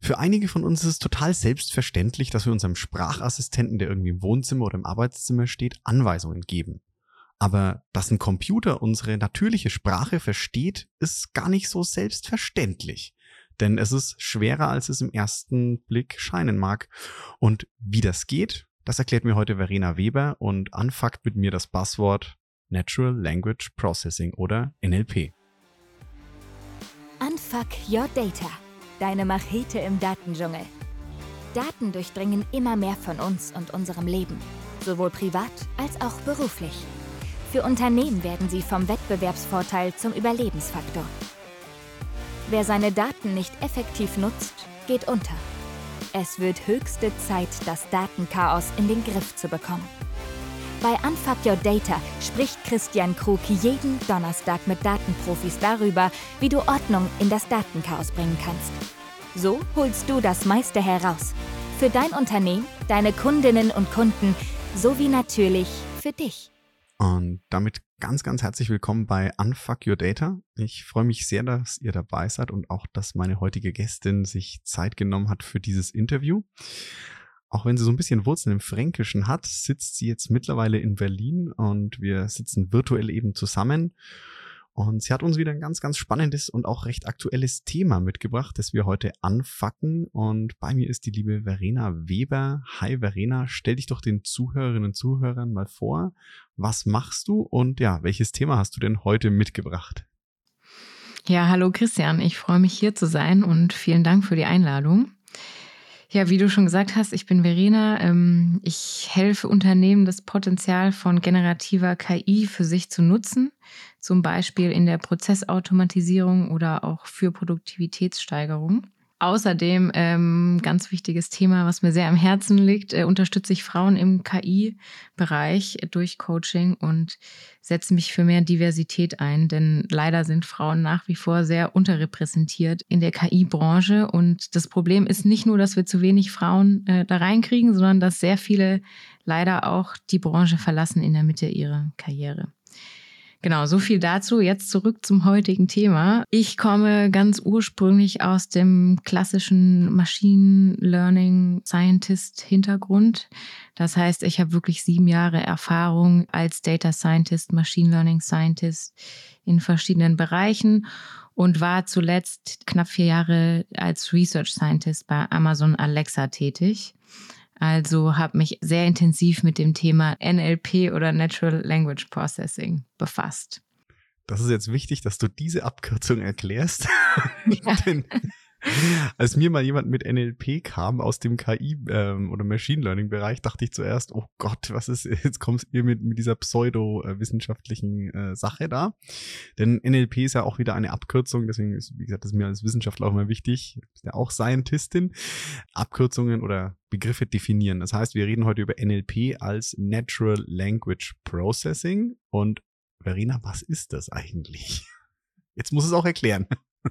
Für einige von uns ist es total selbstverständlich, dass wir unserem Sprachassistenten, der irgendwie im Wohnzimmer oder im Arbeitszimmer steht, Anweisungen geben. Aber dass ein Computer unsere natürliche Sprache versteht, ist gar nicht so selbstverständlich. Denn es ist schwerer, als es im ersten Blick scheinen mag. Und wie das geht, das erklärt mir heute Verena Weber und unfuckt mit mir das Buzzword Natural Language Processing oder NLP. Unfuck your data. Deine Machete im Datendschungel. Daten durchdringen immer mehr von uns und unserem Leben, sowohl privat als auch beruflich. Für Unternehmen werden sie vom Wettbewerbsvorteil zum Überlebensfaktor. Wer seine Daten nicht effektiv nutzt, geht unter. Es wird höchste Zeit, das Datenchaos in den Griff zu bekommen. Bei Unfuck Your Data spricht Christian Krug jeden Donnerstag mit Datenprofis darüber, wie du Ordnung in das Datenchaos bringen kannst. So holst du das meiste heraus. Für dein Unternehmen, deine Kundinnen und Kunden, sowie natürlich für dich. Und damit ganz, ganz herzlich willkommen bei Unfuck Your Data. Ich freue mich sehr, dass ihr dabei seid und auch, dass meine heutige Gästin sich Zeit genommen hat für dieses Interview. Auch wenn sie so ein bisschen Wurzeln im Fränkischen hat, sitzt sie jetzt mittlerweile in Berlin und wir sitzen virtuell eben zusammen. Und sie hat uns wieder ein ganz, ganz spannendes und auch recht aktuelles Thema mitgebracht, das wir heute anfucken. Und bei mir ist die liebe Verena Weber. Hi Verena, stell dich doch den Zuhörerinnen und Zuhörern mal vor. Was machst du und ja, welches Thema hast du denn heute mitgebracht? Ja, hallo Christian, ich freue mich hier zu sein und vielen Dank für die Einladung. Ja, wie du schon gesagt hast, ich bin Verena. Ich helfe Unternehmen, das Potenzial von generativer KI für sich zu nutzen, zum Beispiel in der Prozessautomatisierung oder auch für Produktivitätssteigerung. Außerdem, ganz wichtiges Thema, was mir sehr am Herzen liegt, unterstütze ich Frauen im KI-Bereich durch Coaching und setze mich für mehr Diversität ein, denn leider sind Frauen nach wie vor sehr unterrepräsentiert in der KI-Branche. Und das Problem ist nicht nur, dass wir zu wenig Frauen da reinkriegen, sondern dass sehr viele leider auch die Branche verlassen in der Mitte ihrer Karriere. Genau, so viel dazu. Jetzt zurück zum heutigen Thema. Ich komme ganz ursprünglich aus dem klassischen Machine Learning Scientist Hintergrund. Das heißt, ich habe wirklich 7 Jahre Erfahrung als Data Scientist, Machine Learning Scientist in verschiedenen Bereichen und war zuletzt knapp 4 Jahre als Research Scientist bei Amazon Alexa tätig. Also habe mich sehr intensiv mit dem Thema NLP oder Natural Language Processing befasst. Das ist jetzt wichtig, dass du diese Abkürzung erklärst. Ja. Denn als mir mal jemand mit NLP kam aus dem KI oder Machine Learning Bereich, dachte ich zuerst, oh Gott, was ist, jetzt kommst ihr mit dieser pseudo-wissenschaftlichen Sache da. Denn NLP ist ja auch wieder eine Abkürzung, deswegen ist, wie gesagt, das ist mir als Wissenschaftler auch immer wichtig. Du bist ja auch Scientistin. Abkürzungen oder Begriffe definieren. Das heißt, wir reden heute über NLP als Natural Language Processing. Und Verena, was ist das eigentlich? Jetzt muss es auch erklären.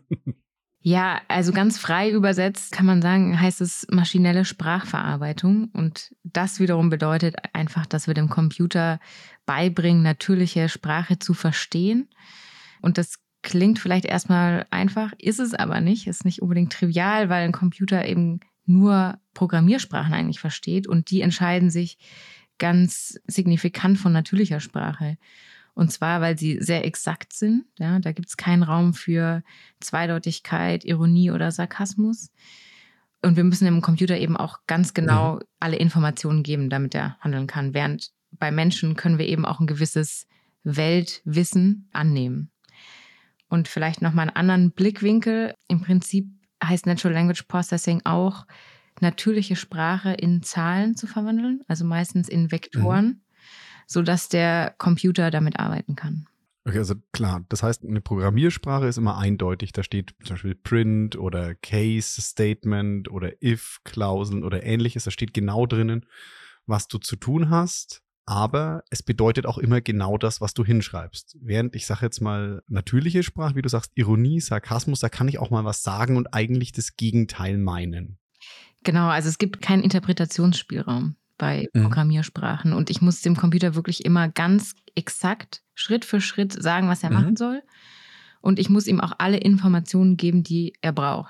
Ja, also ganz frei übersetzt kann man sagen, heißt es maschinelle Sprachverarbeitung. Und das wiederum bedeutet einfach, dass wir dem Computer beibringen, natürliche Sprache zu verstehen. Und das klingt vielleicht erstmal einfach, ist es aber nicht, ist nicht unbedingt trivial, weil ein Computer eben nur Programmiersprachen eigentlich versteht und die entscheiden sich ganz signifikant von natürlicher Sprache. Und zwar, weil sie sehr exakt sind. Ja, da gibt es keinen Raum für Zweideutigkeit, Ironie oder Sarkasmus. Und wir müssen dem Computer eben auch ganz genau alle Informationen geben, damit er handeln kann. Während bei Menschen können wir eben auch ein gewisses Weltwissen annehmen. Und vielleicht nochmal einen anderen Blickwinkel. Im Prinzip heißt Natural Language Processing auch, natürliche Sprache in Zahlen zu verwandeln, also meistens in Vektoren, sodass der Computer damit arbeiten kann. Okay, also klar, das heißt, eine Programmiersprache ist immer eindeutig. Da steht zum Beispiel Print oder Case Statement oder If-Klauseln oder ähnliches. Da steht genau drinnen, was du zu tun hast. Aber es bedeutet auch immer genau das, was du hinschreibst. Während, ich sage jetzt mal, natürliche Sprache, wie du sagst, Ironie, Sarkasmus, da kann ich auch mal was sagen und eigentlich das Gegenteil meinen. Genau, also es gibt keinen Interpretationsspielraum bei Programmiersprachen. Und ich muss dem Computer wirklich immer ganz exakt Schritt für Schritt sagen, was er machen soll. Und ich muss ihm auch alle Informationen geben, die er braucht.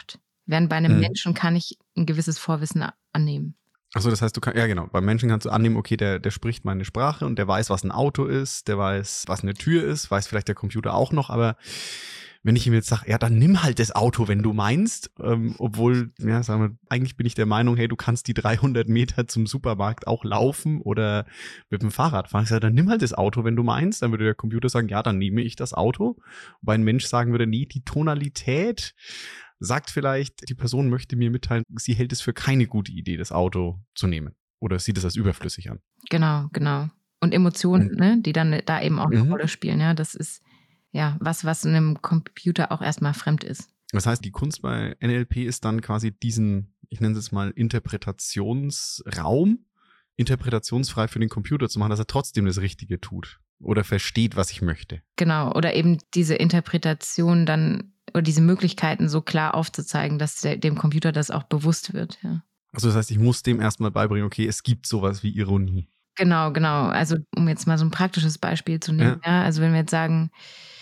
Während bei einem Menschen kann ich ein gewisses Vorwissen annehmen. Achso, das heißt, ja genau, beim Menschen kannst du annehmen, okay, der spricht meine Sprache und der weiß, was ein Auto ist, der weiß, was eine Tür ist, weiß vielleicht der Computer auch noch, aber wenn ich ihm jetzt sage, ja, dann nimm halt das Auto, wenn du meinst, obwohl, ja, sagen wir, eigentlich bin ich der Meinung, hey, du kannst die 300 Meter zum Supermarkt auch laufen oder mit dem Fahrrad fahren. Ich sage, dann nimm halt das Auto, wenn du meinst. Dann würde der Computer sagen, ja, dann nehme ich das Auto. Wobei ein Mensch sagen würde, nee, die Tonalität sagt vielleicht, die Person möchte mir mitteilen, sie hält es für keine gute Idee, das Auto zu nehmen. Oder sieht es als überflüssig an. Genau. Und Emotionen, ne, die dann da eben auch eine Rolle spielen. Ja, das ist ja was einem Computer auch erstmal fremd ist. Das heißt, die Kunst bei NLP ist dann quasi diesen, ich nenne es jetzt mal Interpretationsraum, interpretationsfrei für den Computer zu machen, dass er trotzdem das Richtige tut oder versteht, was ich möchte. Genau, oder eben diese Interpretation dann oder diese Möglichkeiten so klar aufzuzeigen, dass dem Computer das auch bewusst wird. Ja. Also das heißt, ich muss dem erstmal beibringen, okay, es gibt sowas wie Ironie. Genau. Also um jetzt mal so ein praktisches Beispiel zu nehmen. Ja, also wenn wir jetzt sagen,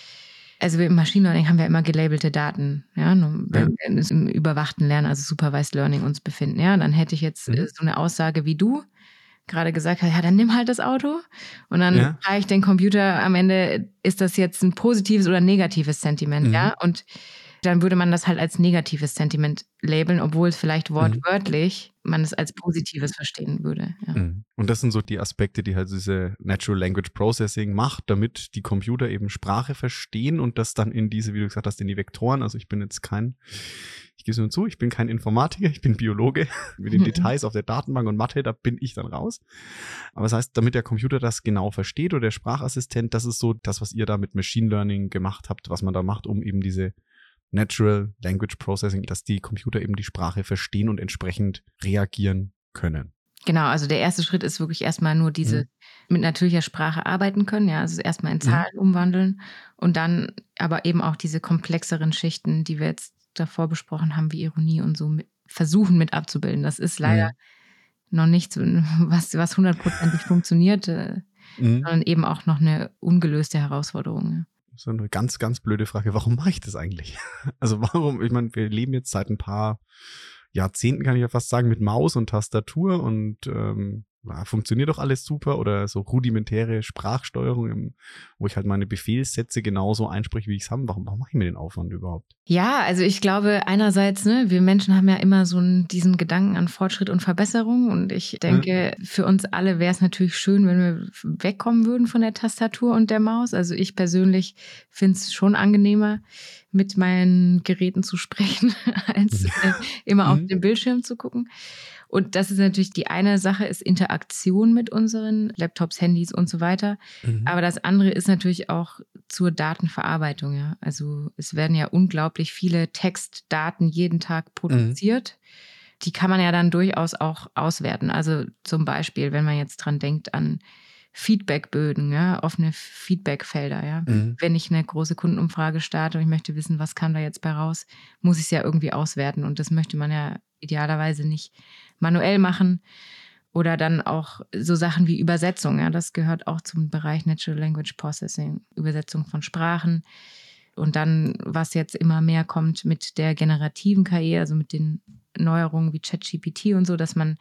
also im Machine Learning haben wir immer gelabelte Daten, ja, wenn wir uns im überwachten Lernen, also Supervised Learning uns befinden, ja, dann hätte ich jetzt so eine Aussage wie du gerade gesagt hast, ja, dann nimm halt das Auto und dann frage ich den Computer am Ende, ist das jetzt ein positives oder negatives Sentiment, ja, und dann würde man das halt als negatives Sentiment labeln, obwohl es vielleicht wortwörtlich man es als positives verstehen würde. Ja. Und das sind so die Aspekte, die halt diese Natural Language Processing macht, damit die Computer eben Sprache verstehen und das dann in diese, wie du gesagt hast, in die Vektoren, also ich bin jetzt ich gebe es nur zu, ich bin kein Informatiker, ich bin Biologe. Mit den Details auf der Datenbank und Mathe, da bin ich dann raus. Aber das heißt, damit der Computer das genau versteht oder der Sprachassistent, das ist so das, was ihr da mit Machine Learning gemacht habt, was man da macht, um eben diese Natural Language Processing, dass die Computer eben die Sprache verstehen und entsprechend reagieren können. Genau, also der erste Schritt ist wirklich erstmal nur diese mit natürlicher Sprache arbeiten können, ja, also erstmal in Zahlen umwandeln und dann aber eben auch diese komplexeren Schichten, die wir jetzt davor besprochen haben, wie Ironie und so versuchen mit abzubilden. Das ist leider noch nichts, was hundertprozentig funktioniert, sondern eben auch noch eine ungelöste Herausforderung. Ja. So eine ganz, ganz blöde Frage. Warum mache ich das eigentlich? Also warum, ich meine, wir leben jetzt seit ein paar Jahrzehnten, kann ich ja fast sagen, mit Maus und Tastatur und funktioniert doch alles super oder so rudimentäre Sprachsteuerung, wo ich halt meine Befehlssätze genauso einspreche, wie ich es habe. Warum mache ich mir den Aufwand überhaupt? Ja, also ich glaube einerseits, wir Menschen haben ja immer so diesen Gedanken an Fortschritt und Verbesserung und ich denke, für uns alle wäre es natürlich schön, wenn wir wegkommen würden von der Tastatur und der Maus. Also ich persönlich finde es schon angenehmer, mit meinen Geräten zu sprechen, als immer auf den Bildschirm zu gucken. Und das ist natürlich die eine Sache, ist Interaktion mit unseren Laptops, Handys und so weiter. Aber das andere ist natürlich auch zur Datenverarbeitung. Ja. Also es werden ja unglaublich viele Textdaten jeden Tag produziert. Die kann man ja dann durchaus auch auswerten. Also zum Beispiel, wenn man jetzt dran denkt an Feedbackböden, ja, offene Feedbackfelder, ja. Wenn ich eine große Kundenumfrage starte und ich möchte wissen, was kam da jetzt bei raus, muss ich es ja irgendwie auswerten und das möchte man ja idealerweise nicht manuell machen oder dann auch so Sachen wie Übersetzung, ja, das gehört auch zum Bereich Natural Language Processing, Übersetzung von Sprachen und dann, was jetzt immer mehr kommt mit der generativen KI, also mit den Neuerungen wie ChatGPT und so, dass man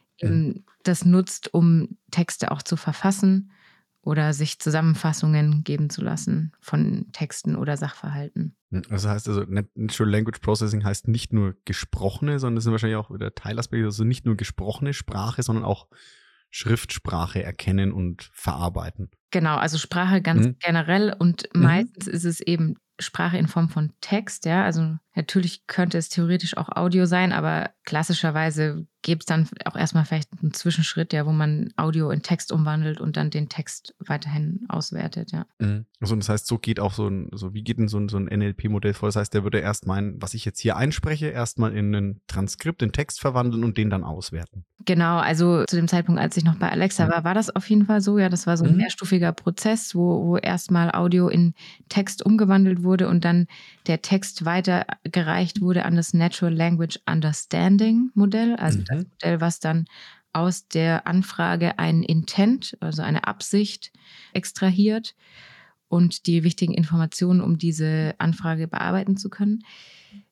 das nutzt, um Texte auch zu verfassen oder sich Zusammenfassungen geben zu lassen von Texten oder Sachverhalten. Das heißt also, Natural Language Processing heißt nicht nur gesprochene, sondern das sind wahrscheinlich auch wieder Teilaspekte, also nicht nur gesprochene Sprache, sondern auch Schriftsprache erkennen und verarbeiten. Genau, also Sprache ganz generell und meistens ist es eben Sprache in Form von Text, ja, also natürlich könnte es theoretisch auch Audio sein, aber klassischerweise gäbe es dann auch erstmal vielleicht einen Zwischenschritt, ja, wo man Audio in Text umwandelt und dann den Text weiterhin auswertet, ja. Also das heißt, so geht auch wie geht denn so ein NLP-Modell vor? Das heißt, der würde erst was ich jetzt hier einspreche, erstmal in ein Transkript, in Text verwandeln und den dann auswerten. Genau, also zu dem Zeitpunkt, als ich noch bei Alexa war das auf jeden Fall so, ja, das war so ein mehrstufiger Prozess, wo erstmal Audio in Text umgewandelt wurde und dann der Text weitergereicht wurde an das Natural Language Understanding Modell, also das Modell, was dann aus der Anfrage einen Intent, also eine Absicht extrahiert und die wichtigen Informationen, um diese Anfrage bearbeiten zu können.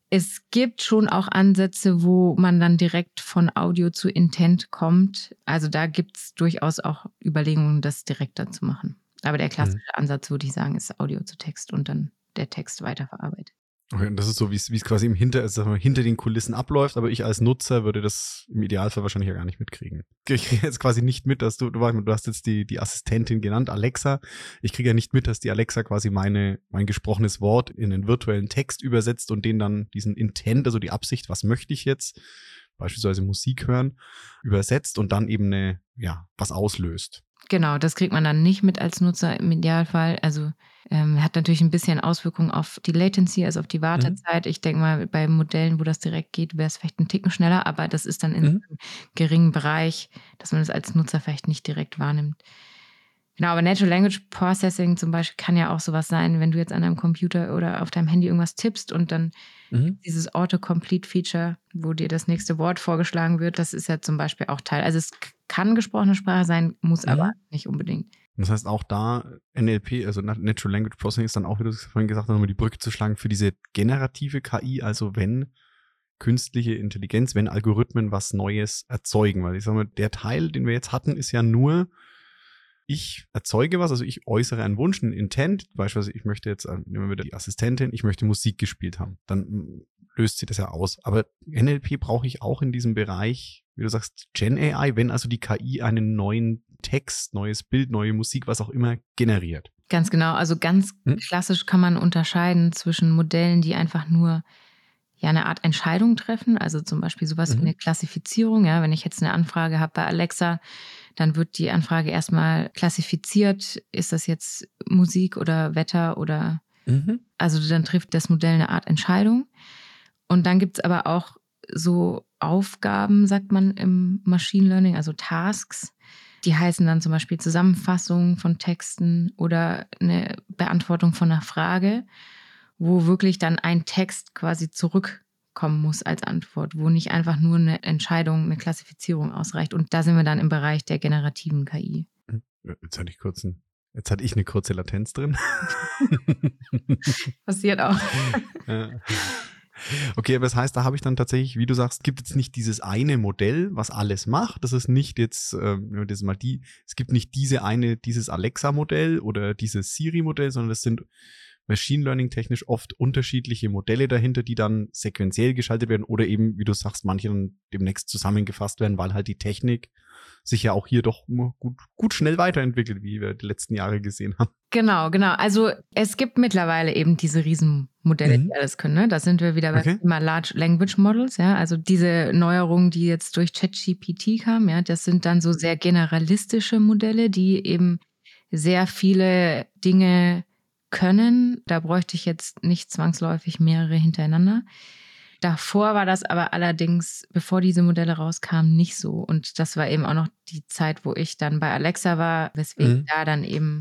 Es gibt schon auch Ansätze, wo man dann direkt von Audio zu Intent kommt. Also da gibt es durchaus auch Überlegungen, das direkter zu machen. Aber der klassische Ansatz, würde ich sagen, ist Audio zu Text und dann der Text weiterverarbeitet. Okay, und das ist so, wie es quasi hinter den Kulissen abläuft, aber ich als Nutzer würde das im Idealfall wahrscheinlich ja gar nicht mitkriegen. Ich kriege jetzt quasi nicht mit, dass du hast jetzt die Assistentin genannt, Alexa. Ich kriege ja nicht mit, dass die Alexa quasi mein gesprochenes Wort in einen virtuellen Text übersetzt und den dann diesen Intent, also die Absicht, was möchte ich jetzt, beispielsweise Musik hören, übersetzt und dann eben was auslöst. Genau, das kriegt man dann nicht mit als Nutzer im Idealfall. Also hat natürlich ein bisschen Auswirkungen auf die Latency, also auf die Wartezeit. Ich denke mal, bei Modellen, wo das direkt geht, wäre es vielleicht ein Ticken schneller, aber das ist dann in einem geringen Bereich, dass man das als Nutzer vielleicht nicht direkt wahrnimmt. Genau, aber Natural Language Processing zum Beispiel kann ja auch sowas sein, wenn du jetzt an deinem Computer oder auf deinem Handy irgendwas tippst und dann dieses Autocomplete-Feature, wo dir das nächste Wort vorgeschlagen wird, das ist ja zum Beispiel auch Teil. Also es kann gesprochene Sprache sein, muss aber nicht unbedingt. Das heißt auch da NLP, also Natural Language Processing, ist dann auch, wie du es vorhin gesagt hast, nochmal die Brücke zu schlagen für diese generative KI, also wenn künstliche Intelligenz, wenn Algorithmen was Neues erzeugen. Weil ich sage mal, der Teil, den wir jetzt hatten, ist ja nur, ich erzeuge was, also ich äußere einen Wunsch, einen Intent, beispielsweise ich möchte jetzt, nehmen wir wieder die Assistentin, ich möchte Musik gespielt haben, dann löst sie das ja aus. Aber NLP brauche ich auch in diesem Bereich, wie du sagst, Gen AI, wenn also die KI einen neuen Text, neues Bild, neue Musik, was auch immer generiert. Ganz genau, also ganz klassisch kann man unterscheiden zwischen Modellen, die einfach nur eine Art Entscheidung treffen, also zum Beispiel sowas wie eine Klassifizierung. Ja, wenn ich jetzt eine Anfrage habe bei Alexa, dann wird die Anfrage erstmal klassifiziert. Ist das jetzt Musik oder Wetter oder also dann trifft das Modell eine Art Entscheidung. Und dann gibt es aber auch so Aufgaben, sagt man im Machine Learning, also Tasks. Die heißen dann zum Beispiel Zusammenfassung von Texten oder eine Beantwortung von einer Frage, wo wirklich dann ein Text quasi zurückkommen muss als Antwort, wo nicht einfach nur eine Entscheidung, eine Klassifizierung ausreicht. Und da sind wir dann im Bereich der generativen KI. Jetzt hatte ich eine kurze Latenz drin. Passiert auch. Okay, aber das heißt, da habe ich dann tatsächlich, wie du sagst, gibt jetzt nicht dieses eine Modell, was alles macht. Das ist nicht jetzt, es gibt nicht dieses Alexa-Modell oder dieses Siri-Modell, sondern das sind Machine Learning technisch oft unterschiedliche Modelle dahinter, die dann sequenziell geschaltet werden oder eben, wie du sagst, manche dann demnächst zusammengefasst werden, weil halt die Technik sich ja auch hier doch gut schnell weiterentwickelt, wie wir die letzten Jahre gesehen haben. Genau. Also es gibt mittlerweile eben diese Riesenmodelle, die alles können. Ne? Da sind wir wieder beim Thema Large Language Models. Ja? Also diese Neuerungen, die jetzt durch ChatGPT kamen, ja, das sind dann so sehr generalistische Modelle, die eben sehr viele Dinge können. Da bräuchte ich jetzt nicht zwangsläufig mehrere hintereinander. Davor war das aber allerdings, bevor diese Modelle rauskamen, nicht so. Und das war eben auch noch die Zeit, wo ich dann bei Alexa war, weswegen da dann eben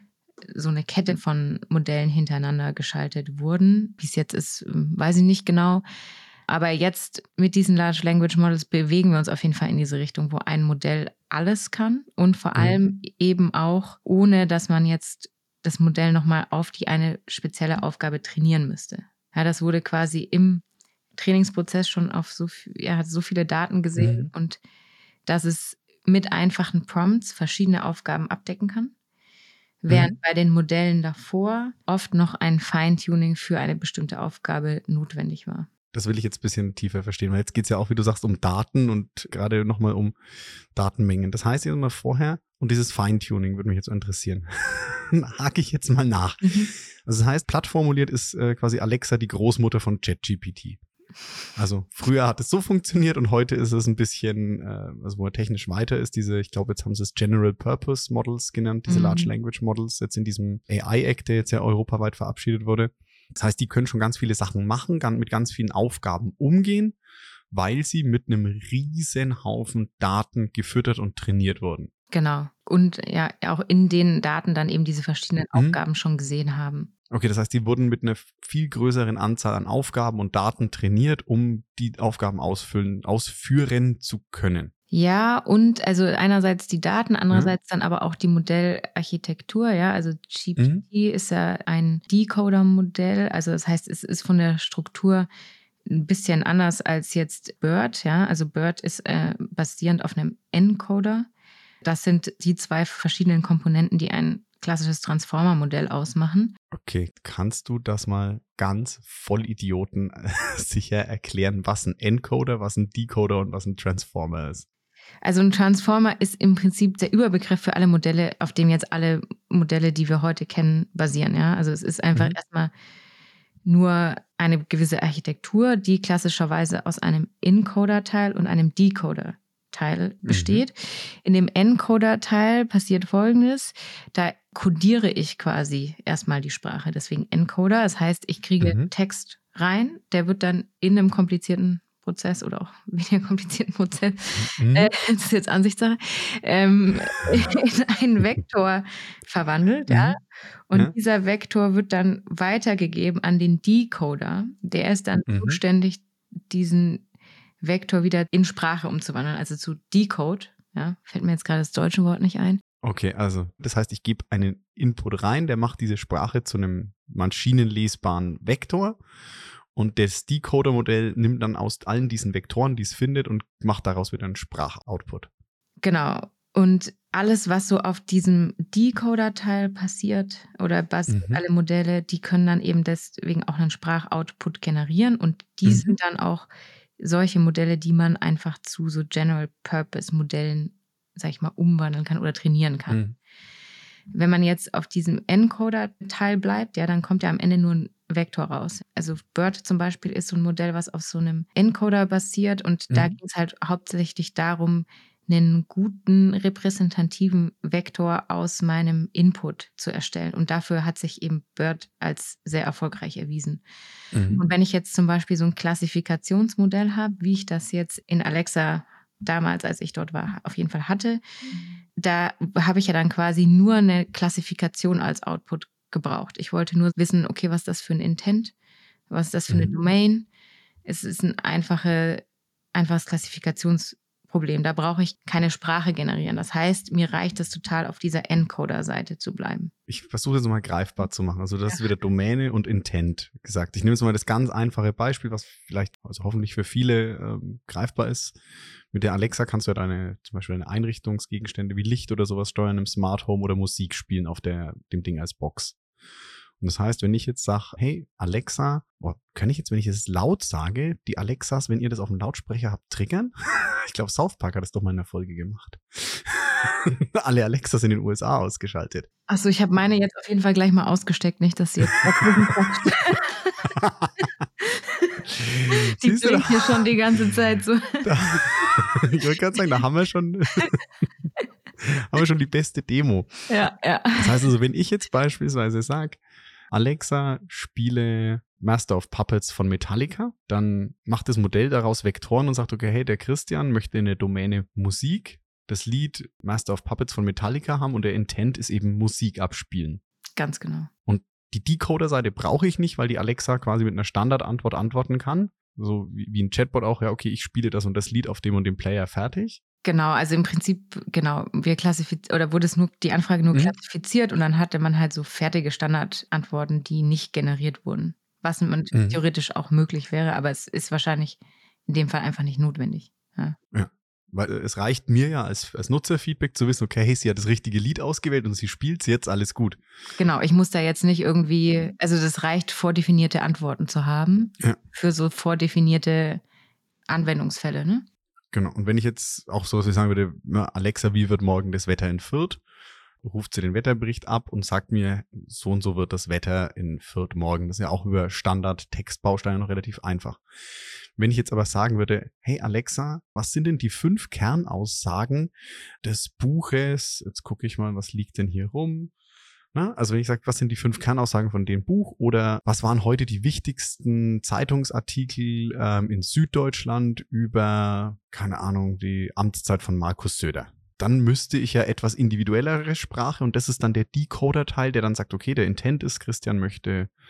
so eine Kette von Modellen hintereinander geschaltet wurden. Wie es jetzt ist, weiß ich nicht genau. Aber jetzt mit diesen Large Language Models bewegen wir uns auf jeden Fall in diese Richtung, wo ein Modell alles kann und vor allem eben auch, ohne dass man jetzt das Modell nochmal auf die eine spezielle Aufgabe trainieren müsste. Ja, das wurde quasi im Trainingsprozess schon auf so viele Daten gesehen und dass es mit einfachen Prompts verschiedene Aufgaben abdecken kann, während bei den Modellen davor oft noch ein Feintuning für eine bestimmte Aufgabe notwendig war. Das will ich jetzt ein bisschen tiefer verstehen, weil jetzt geht es ja auch, wie du sagst, um Daten und gerade nochmal um Datenmengen. Das heißt jetzt mal vorher, und dieses Feintuning würde mich jetzt interessieren. Hake ich jetzt mal nach. Also das heißt, platt formuliert ist quasi Alexa die Großmutter von ChatGPT. Also früher hat es so funktioniert und heute ist es ein bisschen, also wo er technisch weiter ist, ich glaube, jetzt haben sie es General Purpose Models genannt, diese Large Language Models, jetzt in diesem AI-Act, der jetzt ja europaweit verabschiedet wurde. Das heißt, die können schon ganz viele Sachen machen, mit ganz vielen Aufgaben umgehen, weil sie mit einem riesen Haufen Daten gefüttert und trainiert wurden. Genau. Und ja, auch in den Daten dann eben diese verschiedenen Aufgaben schon gesehen haben. Okay, das heißt, die wurden mit einer viel größeren Anzahl an Aufgaben und Daten trainiert, um die Aufgaben ausführen zu können. Ja, und also einerseits die Daten, andererseits dann aber auch die Modellarchitektur. Ja, also GPT ist ja ein Decoder-Modell. Also das heißt, es ist von der Struktur ein bisschen anders als jetzt BERT. Ja? Also BERT ist basierend auf einem Encoder. Das sind die 2 verschiedenen Komponenten, die ein klassisches Transformer-Modell ausmachen. Okay, kannst du das mal ganz Vollidioten sicher erklären, was ein Encoder, was ein Decoder und was ein Transformer ist? Also ein Transformer ist im Prinzip der Überbegriff für alle Modelle, auf dem jetzt alle Modelle, die wir heute kennen, basieren. Ja? Also es ist einfach erstmal nur eine gewisse Architektur, die klassischerweise aus einem Encoder-Teil und einem Decoder-Teil besteht. In dem Encoder-Teil passiert Folgendes: Da kodiere ich quasi erstmal die Sprache, deswegen Encoder. Das heißt, ich kriege Text rein, der wird dann in einem komplizierten Prozess oder auch weniger komplizierten Prozess, das ist jetzt Ansichtssache, in einen Vektor verwandelt. Ja? Und dieser Vektor wird dann weitergegeben an den Decoder. Der ist dann zuständig, diesen Vektor wieder in Sprache umzuwandeln, also zu Decode. Ja? Fällt mir jetzt gerade das deutsche Wort nicht ein. Okay, also das heißt, ich gebe einen Input rein, der macht diese Sprache zu einem maschinenlesbaren Vektor. Und das Decoder-Modell nimmt dann aus allen diesen Vektoren, die es findet, und macht daraus wieder einen Sprachoutput. Genau. Und alles, was so auf diesem Decoder-Teil passiert oder alle Modelle, die können dann eben deswegen auch einen Sprachoutput generieren. Und die sind dann auch solche Modelle, die man einfach zu so General-Purpose-Modellen, sag ich mal, umwandeln kann oder trainieren kann. Wenn man jetzt auf diesem Encoder-Teil bleibt, ja, dann kommt ja am Ende nur ein Vektor raus. Also BERT zum Beispiel ist so ein Modell, was auf so einem Encoder basiert, und da ging es halt hauptsächlich darum, einen guten repräsentativen Vektor aus meinem Input zu erstellen. Und dafür hat sich eben BERT als sehr erfolgreich erwiesen. Und wenn ich jetzt zum Beispiel so ein Klassifikationsmodell habe, wie ich das jetzt in Alexa damals, als ich dort war, auf jeden Fall hatte, da habe ich ja dann quasi nur eine Klassifikation als Output gebraucht. Ich wollte nur wissen, okay, was ist das für ein Intent? Was ist das für eine Domain? Es ist ein einfaches Klassifikationsproblem. Da brauche ich keine Sprache generieren. Das heißt, mir reicht es total, auf dieser Encoder-Seite zu bleiben. Ich versuche es mal greifbar zu machen. Also das ist wieder Domäne und Intent gesagt. Ich nehme jetzt mal das ganz einfache Beispiel, was vielleicht, also hoffentlich für viele greifbar ist. Mit der Alexa kannst du ja zum Beispiel deine Einrichtungsgegenstände wie Licht oder sowas steuern im Smart Home oder Musik spielen auf dem Ding als Box. Und das heißt, wenn ich jetzt sage, hey Alexa, kann ich jetzt, wenn ich es laut sage, die Alexas, wenn ihr das auf dem Lautsprecher habt, triggern? Ich glaube, South Park hat das doch mal in der Folge gemacht. Alle Alexas in den USA ausgeschaltet. Achso, ich habe meine jetzt auf jeden Fall gleich mal ausgesteckt, nicht, dass sie jetzt die blinkt hier schon die ganze Zeit so. Ich wollte gerade sagen, da haben wir schon die beste Demo. Ja. Das heißt also, wenn ich jetzt beispielsweise sage, Alexa, spiele Master of Puppets von Metallica, dann macht das Modell daraus Vektoren und sagt, okay, hey, der Christian möchte eine Domäne Musik, das Lied Master of Puppets von Metallica haben, und der Intent ist eben Musik abspielen. Ganz genau. Und die Decoder-Seite brauche ich nicht, weil die Alexa quasi mit einer Standardantwort antworten kann. So wie ein Chatbot auch, ja, okay, ich spiele das und das Lied auf dem und dem Player, fertig. Genau, also im Prinzip, wurde die Anfrage nur klassifiziert, und dann hatte man halt so fertige Standardantworten, die nicht generiert wurden. Was theoretisch auch möglich wäre, aber es ist wahrscheinlich in dem Fall einfach nicht notwendig. Ja. Weil es reicht mir ja als Nutzerfeedback zu wissen, okay, hey, sie hat das richtige Lied ausgewählt und sie spielt jetzt, alles gut. Genau, ich muss da jetzt nicht irgendwie, also das reicht, vordefinierte Antworten zu haben für so vordefinierte Anwendungsfälle, ne? Genau, und wenn ich jetzt auch so sagen würde, Alexa, wie wird morgen das Wetter in Fürth? Ruft sie den Wetterbericht ab und sagt mir, so und so wird das Wetter in Fürth morgen. Das ist ja auch über Standard-Textbausteine noch relativ einfach. Wenn ich jetzt aber sagen würde, hey Alexa, was sind denn die 5 Kernaussagen des Buches? Jetzt gucke ich mal, was liegt denn hier rum? Also wenn ich sage, was sind die 5 Kernaussagen von dem Buch, oder was waren heute die wichtigsten Zeitungsartikel in Süddeutschland über, keine Ahnung, die Amtszeit von Markus Söder? Dann müsste ich ja etwas individuellere Sprache, und das ist dann der Decoder-Teil, der dann sagt, okay, der Intent ist, Christian möchte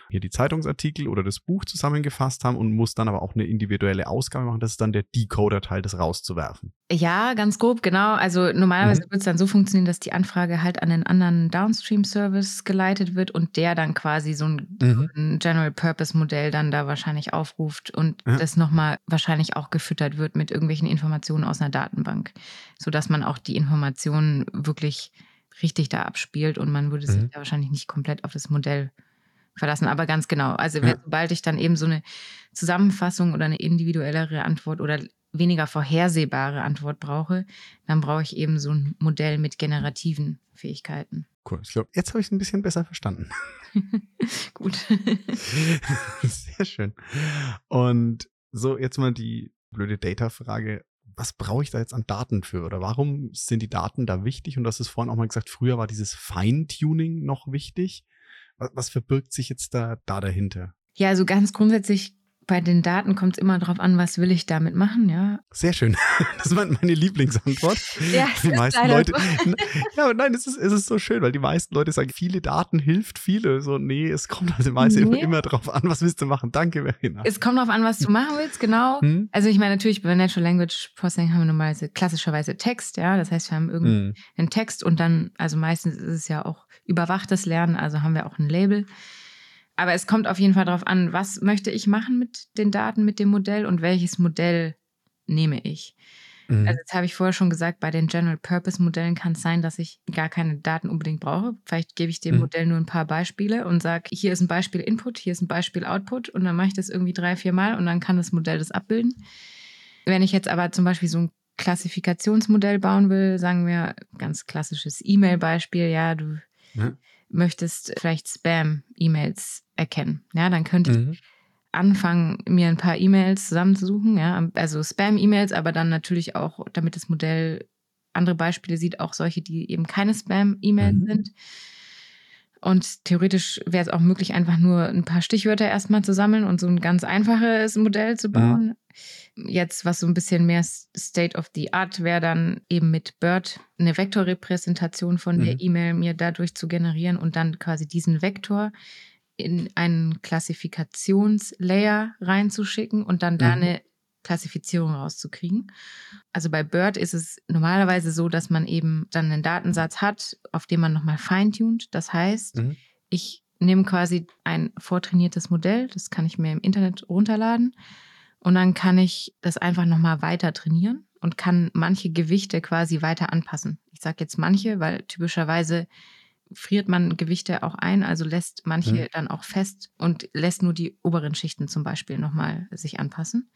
hier die Zeitungsartikel oder das Buch zusammengefasst haben und muss dann aber auch eine individuelle Ausgabe machen. Das ist dann der Decoder-Teil, das rauszuwerfen. Ja, ganz grob, genau. Also normalerweise wird es dann so funktionieren, dass die Anfrage halt an den anderen Downstream-Service geleitet wird und der dann quasi so ein General-Purpose-Modell dann da wahrscheinlich aufruft und das nochmal wahrscheinlich auch gefüttert wird mit irgendwelchen Informationen aus einer Datenbank, sodass man auch die Informationen wirklich richtig da abspielt und man würde sich da wahrscheinlich nicht komplett auf das Modell verlassen. Aber ganz genau, also sobald ich dann eben so eine Zusammenfassung oder eine individuellere Antwort oder weniger vorhersehbare Antwort brauche, dann brauche ich eben so ein Modell mit generativen Fähigkeiten. Cool. Ich glaube, jetzt habe ich es ein bisschen besser verstanden. Gut. Sehr schön. Und so, jetzt mal die blöde Data-Frage. Was brauche ich da jetzt an Daten für? Oder warum sind die Daten da wichtig? Und du hast es vorhin auch mal gesagt, früher war dieses Feintuning noch wichtig. Was verbirgt sich jetzt da dahinter? Ja, also ganz grundsätzlich bei den Daten kommt es immer darauf an, was will ich damit machen, ja. Sehr schön. Das war meine Lieblingsantwort. Ja, die meisten Leute. Ja, aber nein, es ist so schön, weil die meisten Leute sagen, viele Daten hilft viele. So, nee, es kommt also meistens immer drauf an, was willst du machen. Danke, Verena. Es kommt drauf an, was du machen willst, genau. Also ich meine, natürlich bei Natural Language Processing haben wir normalerweise klassischerweise Text, ja. Das heißt, wir haben irgendeinen Text und dann, also meistens ist es ja auch überwachtes Lernen, also haben wir auch ein Label. Aber es kommt auf jeden Fall darauf an, was möchte ich machen mit den Daten, mit dem Modell und welches Modell nehme ich. Also jetzt habe ich vorher schon gesagt, bei den General-Purpose-Modellen kann es sein, dass ich gar keine Daten unbedingt brauche. Vielleicht gebe ich dem Modell nur ein paar Beispiele und sage, hier ist ein Beispiel Input, hier ist ein Beispiel Output und dann mache ich das irgendwie 3-4 Mal und dann kann das Modell das abbilden. Wenn ich jetzt aber zum Beispiel so ein Klassifikationsmodell bauen will, sagen wir ganz klassisches E-Mail-Beispiel, ja, du möchtest vielleicht Spam-E-Mails erkennen. Ja, dann könnte ich anfangen, mir ein paar E-Mails zusammenzusuchen. Ja, also Spam-E-Mails, aber dann natürlich auch, damit das Modell andere Beispiele sieht, auch solche, die eben keine Spam-E-Mails sind. Und theoretisch wäre es auch möglich, einfach nur ein paar Stichwörter erstmal zu sammeln und so ein ganz einfaches Modell zu bauen. Jetzt, was so ein bisschen mehr State of the Art wäre, dann eben mit BERT eine Vektorrepräsentation von der E-Mail mir dadurch zu generieren und dann quasi diesen Vektor in einen Klassifikationslayer reinzuschicken und dann da eine Klassifizierung rauszukriegen. Also bei BERT ist es normalerweise so, dass man eben dann einen Datensatz hat, auf dem man nochmal feintunt. Das heißt, ich nehme quasi ein vortrainiertes Modell, das kann ich mir im Internet runterladen und dann kann ich das einfach nochmal weiter trainieren und kann manche Gewichte quasi weiter anpassen. Ich sage jetzt manche, weil typischerweise friert man Gewichte auch ein, also lässt manche dann auch fest und lässt nur die oberen Schichten zum Beispiel nochmal sich anpassen.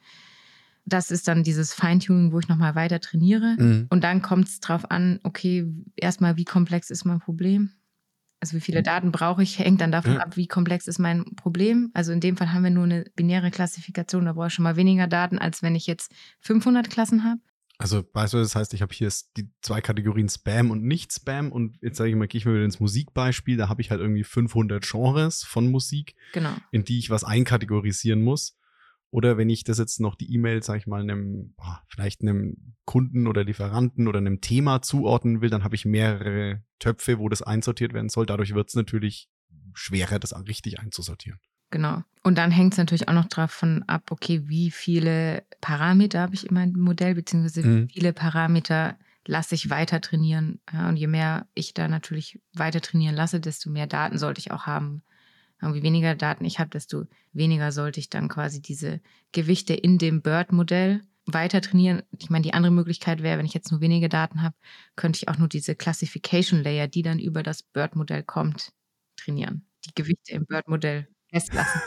Das ist dann dieses Feintuning, wo ich nochmal weiter trainiere. Und dann kommt es drauf an, okay, erstmal, wie komplex ist mein Problem? Also wie viele Daten brauche ich, hängt dann davon ab, wie komplex ist mein Problem. Also in dem Fall haben wir nur eine binäre Klassifikation, da brauche ich schon mal weniger Daten, als wenn ich jetzt 500 Klassen habe. Also weißt du, das heißt, ich habe hier die 2 Kategorien Spam und Nicht-Spam und jetzt sage ich mal, gehe ich mal wieder ins Musikbeispiel, da habe ich halt irgendwie 500 Genres von Musik, in die ich was einkategorisieren muss. Oder wenn ich das jetzt noch die E-Mail, sage ich mal, vielleicht einem Kunden oder Lieferanten oder einem Thema zuordnen will, dann habe ich mehrere Töpfe, wo das einsortiert werden soll. Dadurch wird es natürlich schwerer, das richtig einzusortieren. Genau. Und dann hängt es natürlich auch noch davon ab, okay, wie viele Parameter habe ich in meinem Modell, beziehungsweise wie viele Parameter lasse ich weiter trainieren. Ja, und je mehr ich da natürlich weiter trainieren lasse, desto mehr Daten sollte ich auch haben. Und je weniger Daten ich habe, desto weniger sollte ich dann quasi diese Gewichte in dem BERT-Modell weiter trainieren. Ich meine, die andere Möglichkeit wäre, wenn ich jetzt nur wenige Daten habe, könnte ich auch nur diese Classification Layer, die dann über das BERT-Modell kommt, trainieren. Die Gewichte im BERT-Modell festlassen.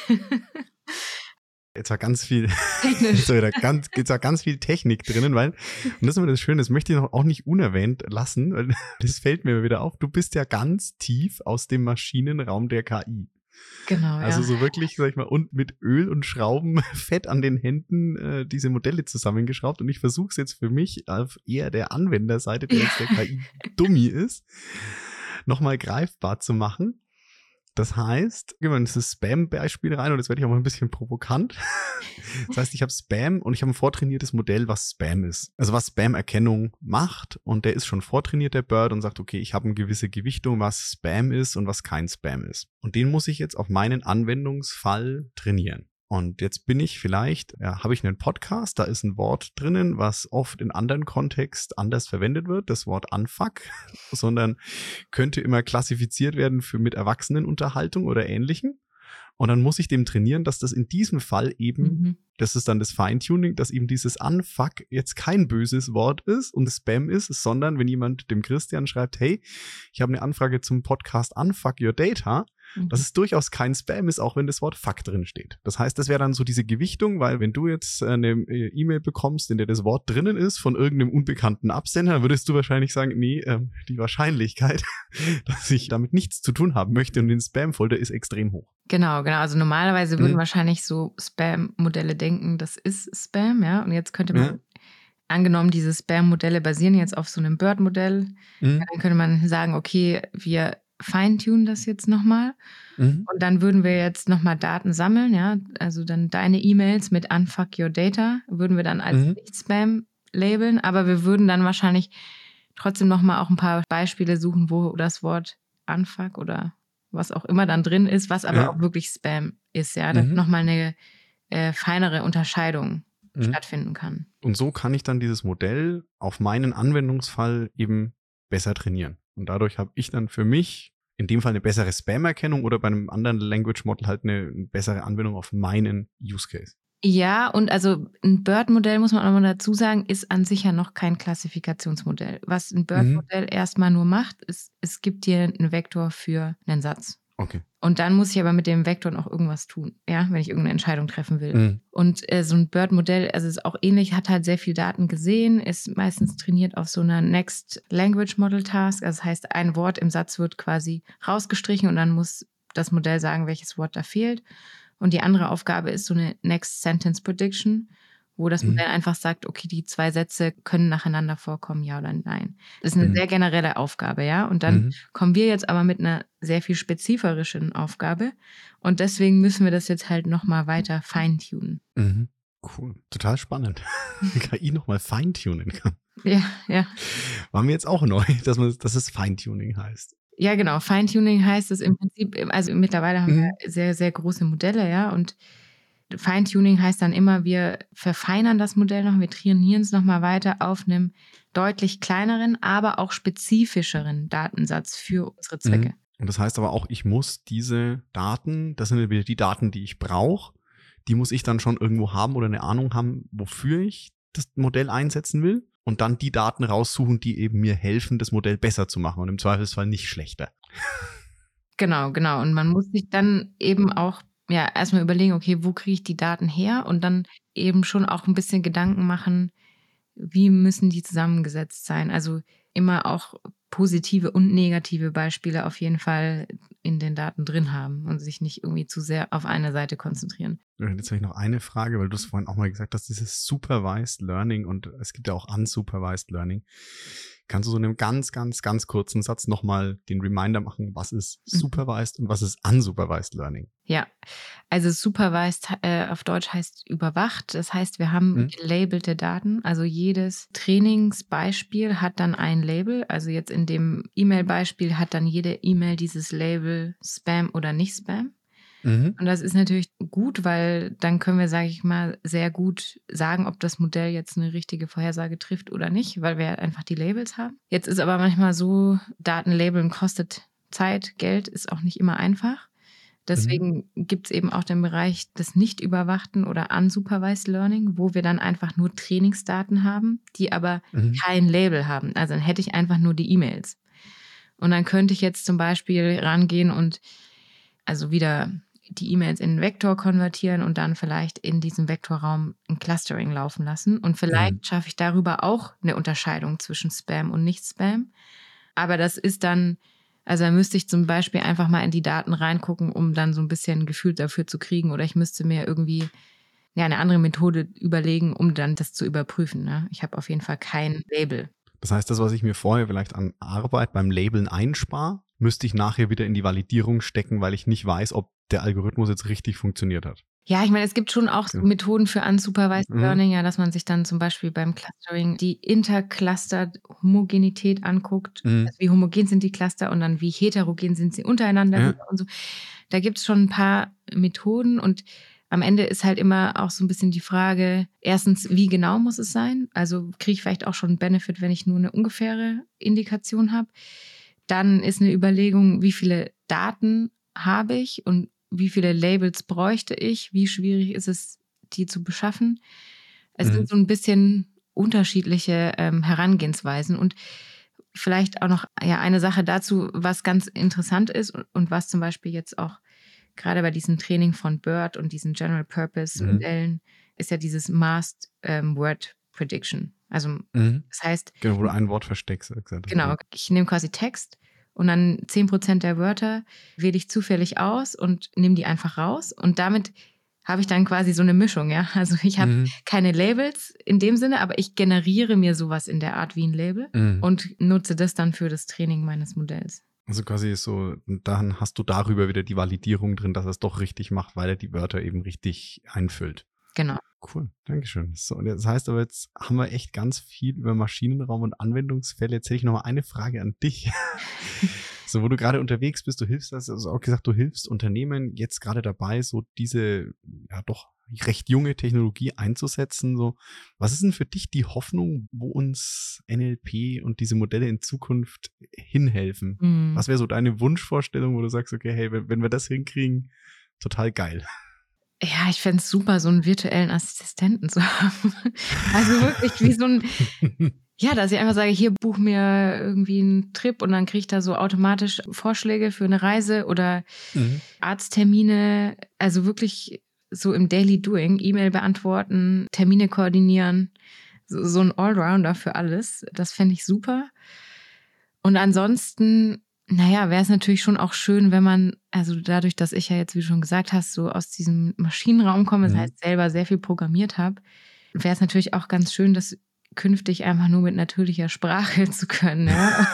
Jetzt war ganz viel technisch. Jetzt war ganz viel Technik drinnen, weil, und das ist immer das Schöne, das möchte ich auch nicht unerwähnt lassen, weil das fällt mir wieder auf, du bist ja ganz tief aus dem Maschinenraum der KI. Genau, also so wirklich, sag ich mal, und mit Öl und Schrauben fett an den Händen diese Modelle zusammengeschraubt und ich versuche es jetzt für mich auf eher der Anwenderseite, der jetzt der KI-Dummy ist, nochmal greifbar zu machen. Das heißt, gehen wir in dieses Spam-Beispiel rein und jetzt werde ich auch mal ein bisschen provokant. Das heißt, ich habe Spam und ich habe ein vortrainiertes Modell, was Spam ist. Also was Spam-Erkennung macht und der ist schon vortrainiert, der Bird, und sagt, okay, ich habe eine gewisse Gewichtung, was Spam ist und was kein Spam ist. Und den muss ich jetzt auf meinen Anwendungsfall trainieren. Und jetzt bin ich vielleicht, habe ich einen Podcast, da ist ein Wort drinnen, was oft in anderen Kontext anders verwendet wird, das Wort Unfuck, sondern könnte immer klassifiziert werden für mit Erwachsenenunterhaltung oder Ähnlichem. Und dann muss ich dem trainieren, dass das in diesem Fall eben, das ist dann das Feintuning, dass eben dieses Unfuck jetzt kein böses Wort ist und Spam ist, sondern wenn jemand dem Christian schreibt, hey, ich habe eine Anfrage zum Podcast Unfuck Your Data, dass es durchaus kein Spam ist, auch wenn das Wort Fuck drin steht. Das heißt, das wäre dann so diese Gewichtung, weil wenn du jetzt eine E-Mail bekommst, in der das Wort drinnen ist von irgendeinem unbekannten Absender, würdest du wahrscheinlich sagen, nee, die Wahrscheinlichkeit, dass ich damit nichts zu tun haben möchte und den Spam-Folder ist extrem hoch. Genau. Also normalerweise würden wahrscheinlich so Spam-Modelle denken, das ist Spam, ja. Und jetzt könnte man, angenommen, diese Spam-Modelle basieren jetzt auf so einem Bird-Modell, dann könnte man sagen, okay, wir feintunen das jetzt nochmal und dann würden wir jetzt nochmal Daten sammeln, ja. Also dann deine E-Mails mit Unfuck Your Data würden wir dann als Nicht-Spam labeln, aber wir würden dann wahrscheinlich trotzdem nochmal auch ein paar Beispiele suchen, wo das Wort Unfuck oder was auch immer dann drin ist, was aber auch wirklich Spam ist, ja, dass nochmal eine feinere Unterscheidung stattfinden kann. Und so kann ich dann dieses Modell auf meinen Anwendungsfall eben besser trainieren. Und dadurch habe ich dann für mich in dem Fall eine bessere Spam-Erkennung oder bei einem anderen Language-Model halt eine bessere Anwendung auf meinen Use Case. Ja, und also ein BERT-Modell, muss man auch mal dazu sagen, ist an sich ja noch kein Klassifikationsmodell. Was ein BERT-Modell erstmal nur macht, ist, es gibt dir einen Vektor für einen Satz. Okay. Und dann muss ich aber mit dem Vektor noch irgendwas tun, ja, wenn ich irgendeine Entscheidung treffen will. Und so ein BERT-Modell, also ist auch ähnlich, hat halt sehr viel Daten gesehen, ist meistens trainiert auf so einer Next Language Model Task. Also das heißt, ein Wort im Satz wird quasi rausgestrichen und dann muss das Modell sagen, welches Wort da fehlt. Und die andere Aufgabe ist so eine Next Sentence Prediction, wo das Modell einfach sagt, okay, die 2 Sätze können nacheinander vorkommen, ja oder nein. Das ist eine sehr generelle Aufgabe, ja. Und dann kommen wir jetzt aber mit einer sehr viel spezifischen Aufgabe. Und deswegen müssen wir das jetzt halt nochmal weiter feintunen. Cool, total spannend. KI nochmal feintunen kann. Ja. War mir jetzt auch neu, dass es Feintuning heißt. Ja, genau. Feintuning heißt es im Prinzip, also mittlerweile haben wir sehr, sehr große Modelle, ja. Und Feintuning heißt dann immer, wir verfeinern das Modell noch, wir trainieren es nochmal weiter auf einem deutlich kleineren, aber auch spezifischeren Datensatz für unsere Zwecke. Und das heißt aber auch, ich muss diese Daten, das sind wieder die Daten, die ich brauche, die muss ich dann schon irgendwo haben oder eine Ahnung haben, wofür ich das Modell einsetzen will und dann die Daten raussuchen, die eben mir helfen, das Modell besser zu machen und im Zweifelsfall nicht schlechter. Genau. Und man muss sich dann eben auch erstmal überlegen, okay, wo kriege ich die Daten her? Und dann eben schon auch ein bisschen Gedanken machen, wie müssen die zusammengesetzt sein? Also immer auch positive und negative Beispiele auf jeden Fall in den Daten drin haben und sich nicht irgendwie zu sehr auf eine Seite konzentrieren. Jetzt habe ich noch eine Frage, weil du es vorhin auch mal gesagt hast, dieses Supervised Learning und es gibt ja auch Unsupervised Learning. Kannst du so in einem ganz, ganz, ganz kurzen Satz nochmal den Reminder machen, was ist Supervised und was ist Unsupervised Learning? Ja, also Supervised auf Deutsch heißt überwacht. Das heißt, wir haben gelabelte Daten. Also jedes Trainingsbeispiel hat dann ein Label. Also jetzt in dem E-Mail-Beispiel hat dann jede E-Mail dieses Label Spam oder nicht Spam. Und das ist natürlich gut, weil dann können wir, sage ich mal, sehr gut sagen, ob das Modell jetzt eine richtige Vorhersage trifft oder nicht, weil wir einfach die Labels haben. Jetzt ist aber manchmal so, Datenlabeln kostet Zeit, Geld, ist auch nicht immer einfach. Deswegen gibt es eben auch den Bereich des nicht überwachten oder unsupervised Learning, wo wir dann einfach nur Trainingsdaten haben, die aber kein Label haben. Also dann hätte ich einfach nur die E-Mails. Und dann könnte ich jetzt zum Beispiel rangehen und also wieder die E-Mails in einen Vektor konvertieren und dann vielleicht in diesem Vektorraum ein Clustering laufen lassen. Und vielleicht schaffe ich darüber auch eine Unterscheidung zwischen Spam und Nicht-Spam. Aber das ist dann, also da müsste ich zum Beispiel einfach mal in die Daten reingucken, um dann so ein bisschen ein Gefühl dafür zu kriegen. Oder ich müsste mir irgendwie eine andere Methode überlegen, um dann das zu überprüfen. Ne? Ich habe auf jeden Fall kein Label. Das heißt, das, was ich mir vorher vielleicht an Arbeit beim Labeln einspare, müsste ich nachher wieder in die Validierung stecken, weil ich nicht weiß, ob der Algorithmus jetzt richtig funktioniert hat. Ja, ich meine, es gibt schon auch so Ja. Methoden für Unsupervised Learning, ja, dass man sich dann zum Beispiel beim Clustering die Intercluster-Homogenität anguckt. Also wie homogen sind die Cluster und dann wie heterogen sind sie untereinander wieder und so. Da gibt es schon ein paar Methoden und am Ende ist halt immer auch so ein bisschen die Frage, erstens, wie genau muss es sein? Also kriege ich vielleicht auch schon einen Benefit, wenn ich nur eine ungefähre Indikation habe. Dann ist eine Überlegung, wie viele Daten habe ich und wie viele Labels bräuchte ich? Wie schwierig ist es, die zu beschaffen? Es sind so ein bisschen unterschiedliche Herangehensweisen. Und vielleicht auch noch eine Sache dazu, was ganz interessant ist und was zum Beispiel jetzt auch gerade bei diesem Training von BERT und diesen General-Purpose-Modellen ist ja dieses Masked Word Prediction. Also das heißt... Genau, wo du ein Wort versteckst. Genau, ich nehme quasi Text und dann 10% der Wörter wähle ich zufällig aus und nehme die einfach raus. Und damit habe ich dann quasi so eine Mischung, ja. Also ich habe keine Labels in dem Sinne, aber ich generiere mir sowas in der Art wie ein Label und nutze das dann für das Training meines Modells. Also quasi so, dann hast du darüber wieder die Validierung drin, dass er es doch richtig macht, weil er die Wörter eben richtig einfüllt. Genau. Cool, Dankeschön. So, und das heißt aber, jetzt haben wir echt ganz viel über Maschinenraum und Anwendungsfälle. Jetzt hätte ich noch mal eine Frage an dich. So, wo du gerade unterwegs bist, du hilfst, also auch gesagt, du hilfst Unternehmen jetzt gerade dabei, so diese, ja doch recht junge Technologie einzusetzen. So, was ist denn für dich die Hoffnung, wo uns NLP und diese Modelle in Zukunft hinhelfen? Was wäre so deine Wunschvorstellung, wo du sagst, okay, hey, wenn wir das hinkriegen, total geil. Ja, ich fände es super, so einen virtuellen Assistenten zu haben. Also wirklich wie so ein, ja, dass ich einfach sage, hier buch mir irgendwie einen Trip und dann kriege ich da so automatisch Vorschläge für eine Reise oder Arzttermine. Also wirklich so im Daily Doing, E-Mail beantworten, Termine koordinieren, so ein Allrounder für alles. Das fände ich super. Und ansonsten... Naja, wäre es natürlich schon auch schön, wenn man, also dadurch, dass ich ja jetzt, wie du schon gesagt hast, so aus diesem Maschinenraum komme, das heißt selber sehr viel programmiert habe, wäre es natürlich auch ganz schön, das künftig einfach nur mit natürlicher Sprache zu können. Ja?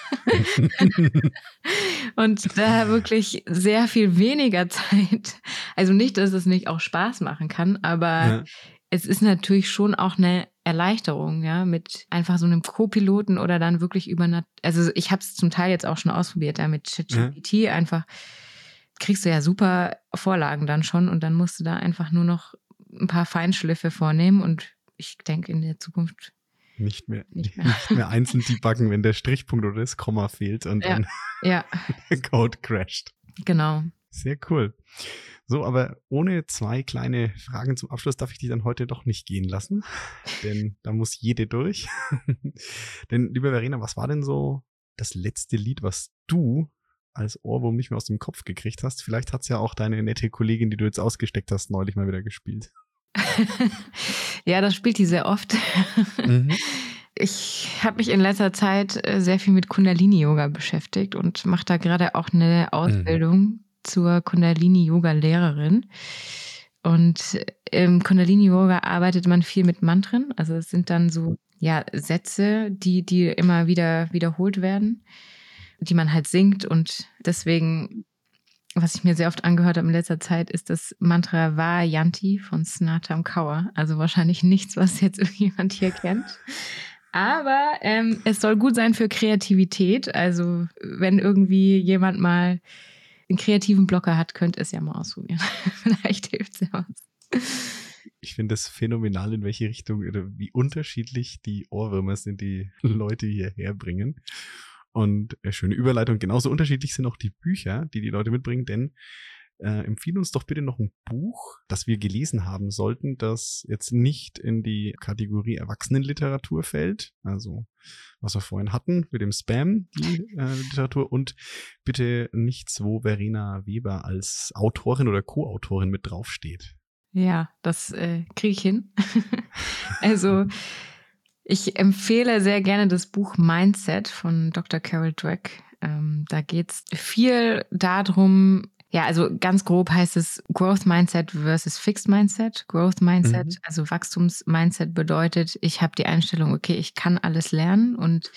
Und da wirklich sehr viel weniger Zeit, also nicht, dass es nicht auch Spaß machen kann, aber es ist natürlich schon auch eine Erleichterung, ja, mit einfach so einem Co-Piloten oder dann wirklich also ich habe es zum Teil jetzt auch schon ausprobiert, ja, mit ChatGPT einfach kriegst du ja super Vorlagen dann schon und dann musst du da einfach nur noch ein paar Feinschliffe vornehmen und ich denke in der Zukunft nicht mehr einzeln debuggen, wenn der Strichpunkt oder das Komma fehlt und dann der Code crasht. Genau. Sehr cool. So, aber ohne 2 kleine Fragen zum Abschluss darf ich dich dann heute doch nicht gehen lassen, denn da muss jede durch. Denn, liebe Verena, was war denn so das letzte Lied, was du als Ohrwurm nicht mehr aus dem Kopf gekriegt hast? Vielleicht hat's ja auch deine nette Kollegin, die du jetzt ausgesteckt hast, neulich mal wieder gespielt. Ja, das spielt die sehr oft. Ich habe mich in letzter Zeit sehr viel mit Kundalini-Yoga beschäftigt und mache da gerade auch eine Ausbildung zur Kundalini-Yoga-Lehrerin. Und im Kundalini-Yoga arbeitet man viel mit Mantren. Also es sind dann so Sätze, die immer wieder wiederholt werden, die man halt singt. Und deswegen, was ich mir sehr oft angehört habe in letzter Zeit, ist das Mantra Vayanti von Snatam Kaur. Also wahrscheinlich nichts, was jetzt irgendjemand hier kennt. Aber es soll gut sein für Kreativität. Also wenn irgendwie jemand mal einen kreativen Blocker hat, könnt ihr es ja mal ausprobieren. Vielleicht hilft es ja was. Ich finde es phänomenal, in welche Richtung oder wie unterschiedlich die Ohrwürmer sind, die Leute hierher bringen. Und schöne Überleitung, genauso unterschiedlich sind auch die Bücher, die Leute mitbringen, denn empfehle uns doch bitte noch ein Buch, das wir gelesen haben sollten, das jetzt nicht in die Kategorie Erwachsenenliteratur fällt, also was wir vorhin hatten mit dem Spam, die Literatur, und bitte nichts, wo Verena Weber als Autorin oder Co-Autorin mit draufsteht. Ja, das kriege ich hin. Also ich empfehle sehr gerne das Buch Mindset von Dr. Carol Dweck. Da geht es viel darum, ja, also ganz grob heißt es Growth Mindset versus Fixed Mindset. Growth Mindset, also Wachstums-Mindset bedeutet, ich habe die Einstellung, okay, ich kann alles lernen und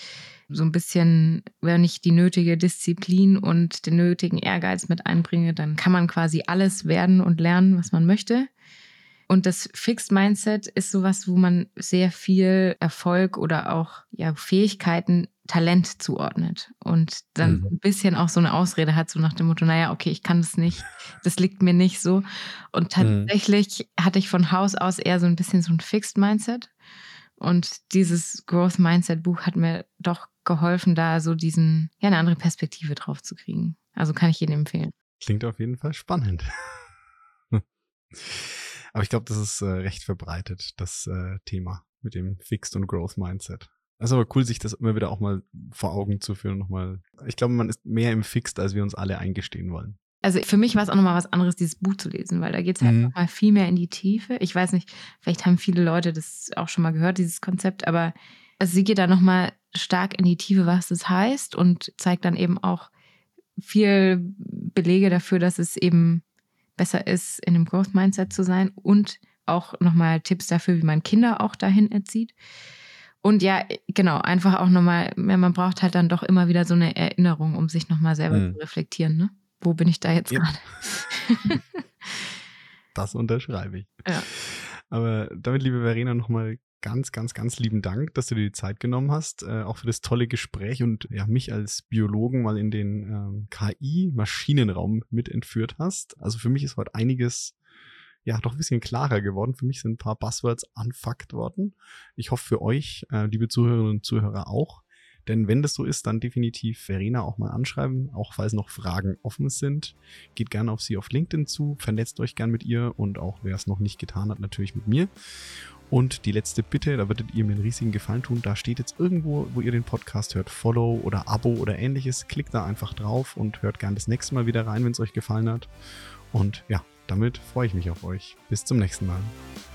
so ein bisschen, wenn ich die nötige Disziplin und den nötigen Ehrgeiz mit einbringe, dann kann man quasi alles werden und lernen, was man möchte. Und das Fixed Mindset ist sowas, wo man sehr viel Erfolg oder auch Fähigkeiten, Talent zuordnet und dann ein bisschen auch so eine Ausrede hat, so nach dem Motto, naja, okay, ich kann das nicht, das liegt mir nicht so. Und tatsächlich hatte ich von Haus aus eher so ein bisschen so ein Fixed Mindset. Und dieses Growth Mindset Buch hat mir doch geholfen, da so eine andere Perspektive drauf zu kriegen. Also kann ich jedem empfehlen. Klingt auf jeden Fall spannend. Aber ich glaube, das ist recht verbreitet, das Thema mit dem Fixed und Growth Mindset. Also aber cool, sich das immer wieder auch mal vor Augen zu führen. Nochmal. Ich glaube, man ist mehr im Fixed, als wir uns alle eingestehen wollen. Also für mich war es auch nochmal was anderes, dieses Buch zu lesen, weil da geht es halt nochmal viel mehr in die Tiefe. Ich weiß nicht, vielleicht haben viele Leute das auch schon mal gehört, dieses Konzept, aber also sie geht da nochmal stark in die Tiefe, was das heißt und zeigt dann eben auch viel Belege dafür, dass es eben besser ist, in einem Growth Mindset zu sein und auch nochmal Tipps dafür, wie man Kinder auch dahin erzieht. Und ja, genau, einfach auch nochmal, man braucht halt dann doch immer wieder so eine Erinnerung, um sich nochmal selber zu reflektieren, ne? Wo bin ich da jetzt gerade? Das unterschreibe ich. Ja. Aber damit, liebe Verena, nochmal ganz, ganz, ganz lieben Dank, dass du dir die Zeit genommen hast, auch für das tolle Gespräch und mich als Biologen mal in den KI-Maschinenraum mit entführt hast. Also für mich ist heute einiges doch ein bisschen klarer geworden. Für mich sind ein paar Buzzwords unfucked worden. Ich hoffe für euch, liebe Zuhörerinnen und Zuhörer auch. Denn wenn das so ist, dann definitiv Verena auch mal anschreiben, auch falls noch Fragen offen sind. Geht gerne auf sie auf LinkedIn zu, vernetzt euch gern mit ihr und auch wer es noch nicht getan hat, natürlich mit mir. Und die letzte Bitte, da würdet ihr mir einen riesigen Gefallen tun, da steht jetzt irgendwo, wo ihr den Podcast hört, Follow oder Abo oder ähnliches. Klickt da einfach drauf und hört gern das nächste Mal wieder rein, wenn es euch gefallen hat. Und damit freue ich mich auf euch. Bis zum nächsten Mal.